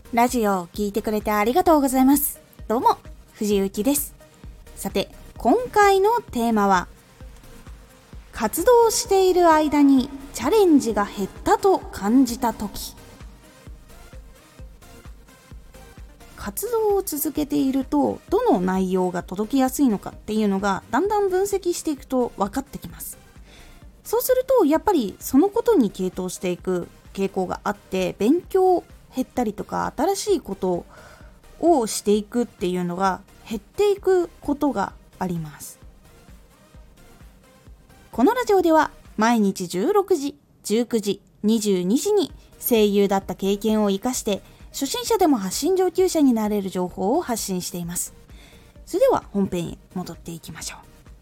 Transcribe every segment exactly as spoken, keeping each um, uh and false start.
ラジオを聞いてくれてありがとうございます。どうも、藤幸です。さて、今回のテーマは、活動している間にチャレンジが減ったと感じたとき。活動を続けていると、どの内容が届きやすいのかっていうのがだんだん分析していくと分かってきます。そうすると、やっぱりそのことに傾倒していく傾向があって、勉強減ったりとか新しいことをしていくっていうのが減っていくことがあります。このラジオでは毎日じゅうろくじ、じゅうくじ、にじゅうにじに声優だった経験を生かして初心者でも発信上級者になれる情報を発信しています。それでは本編へ戻っていきましょ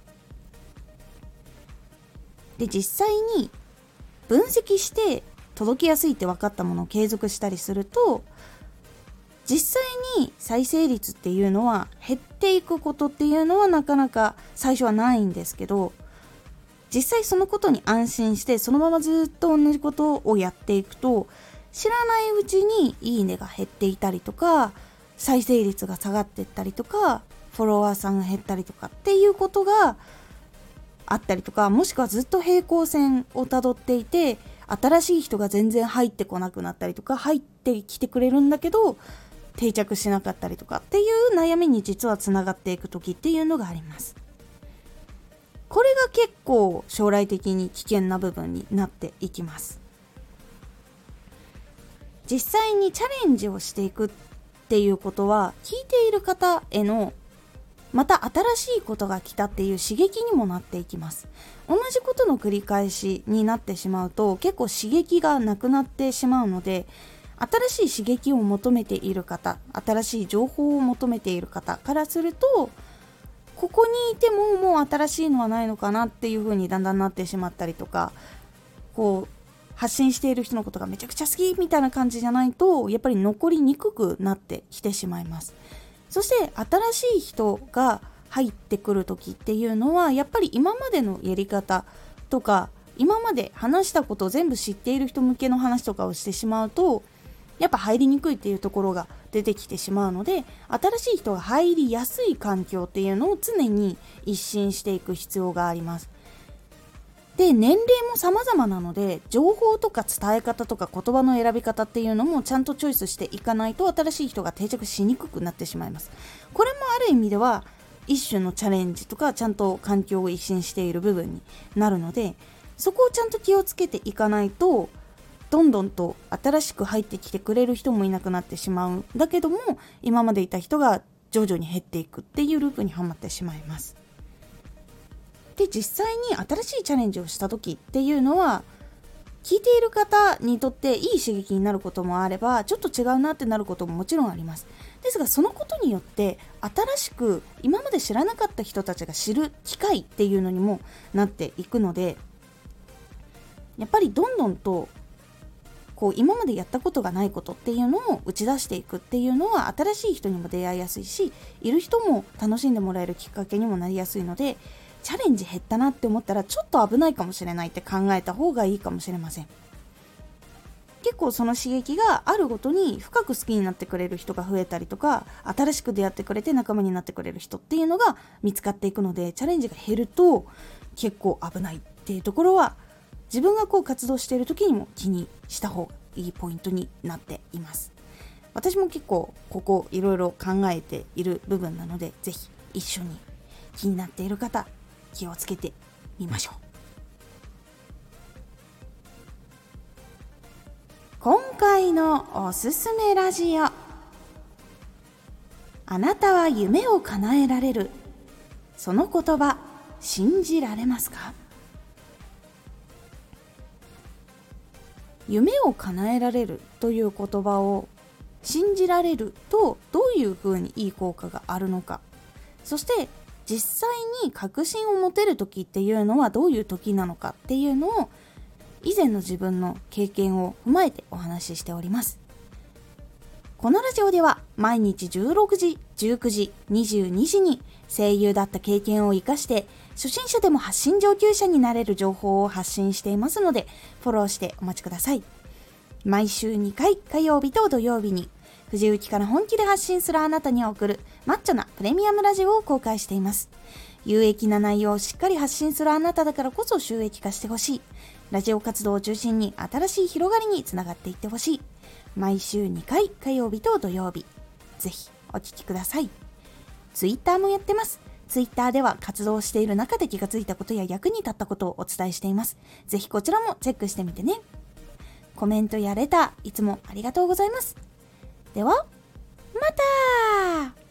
う。で、実際に分析して届きやすいって分かったものを継続したりすると、実際に再生率っていうのは減っていくことっていうのはなかなか最初はないんですけど、実際そのことに安心してそのままずっと同じことをやっていくと、知らないうちにいいねが減っていたりとか、再生率が下がっていったりとか、フォロワーさんが減ったりとかっていうことがあったりとか、もしくはずっと平行線をたどっていて、新しい人が全然入ってこなくなったりとか、入ってきてくれるんだけど定着しなかったりとかっていう悩みに実はつながっていく時っていうのがあります。これが結構将来的に危険な部分になっていきます。実際にチャレンジをしていくっていうことは、聞いている方へのまた新しいことが来たっていう刺激にもなっていきます。同じことの繰り返しになってしまうと結構刺激がなくなってしまうので、新しい刺激を求めている方、新しい情報を求めている方からすると、ここにいてももう新しいのはないのかなっていう風にだんだんなってしまったりとか、こう発信している人のことがめちゃくちゃ好きみたいな感じじゃないと、やっぱり残りにくくなってきてしまいます。そして新しい人が入ってくる時っていうのは、やっぱり今までのやり方とか、今まで話したことを全部知っている人向けの話とかをしてしまうと、やっぱ入りにくいっていうところが出てきてしまうので、新しい人が入りやすい環境っていうのを常に一新していく必要があります。で、年齢も様々なので、情報とか伝え方とか言葉の選び方っていうのもちゃんとチョイスしていかないと、新しい人が定着しにくくなってしまいます。これもある意味では一種のチャレンジとか、ちゃんと環境を一新している部分になるので、そこをちゃんと気をつけていかないと、どんどんと新しく入ってきてくれる人もいなくなってしまうんだけども、今までいた人が徐々に減っていくっていうループにはまってしまいます。で、実際に新しいチャレンジをした時っていうのは、聞いている方にとっていい刺激になることもあれば、ちょっと違うなってなることももちろんあります。ですが、そのことによって新しく今まで知らなかった人たちが知る機会っていうのにもなっていくので、やっぱりどんどんとこう今までやったことがないことっていうのを打ち出していくっていうのは、新しい人にも出会いやすいし、いる人も楽しんでもらえるきっかけにもなりやすいので、チャレンジ減ったなって思ったらちょっと危ないかもしれないって考えた方がいいかもしれません。結構その刺激があるごとに深く好きになってくれる人が増えたりとか、新しく出会ってくれて仲間になってくれる人っていうのが見つかっていくので、チャレンジが減ると結構危ないっていうところは、自分がこう活動している時にも気にした方がいいポイントになっています。私も結構ここいろいろ考えている部分なので、ぜひ一緒に気になっている方、気をつけてみましょう。今回のおすすめラジオ。あなたは夢を叶えられる。その言葉、信じられますか？夢を叶えられるという言葉を信じられると、どういうふうにいい効果があるのか、そして実際に確信を持てる時っていうのはどういう時なのかっていうのを、以前の自分の経験を踏まえてお話ししております。このラジオでは毎日じゅうろくじ、じゅうくじ、にじゅうにじに声優だった経験を生かして初心者でも発信上級者になれる情報を発信していますので、フォローしてお待ちください。毎週にかい、火曜日と土曜日に藤雪から本気で発信するあなたに送るマッチョなプレミアムラジオを公開しています。有益な内容をしっかり発信するあなただからこそ収益化してほしい。ラジオ活動を中心に新しい広がりにつながっていってほしい。毎週にかい、火曜日と土曜日。ぜひお聞きください。ツイッターもやってます。ツイッターでは活動している中で気がついたことや役に立ったことをお伝えしています。ぜひこちらもチェックしてみてね。コメントやレター、いつもありがとうございます。では、また。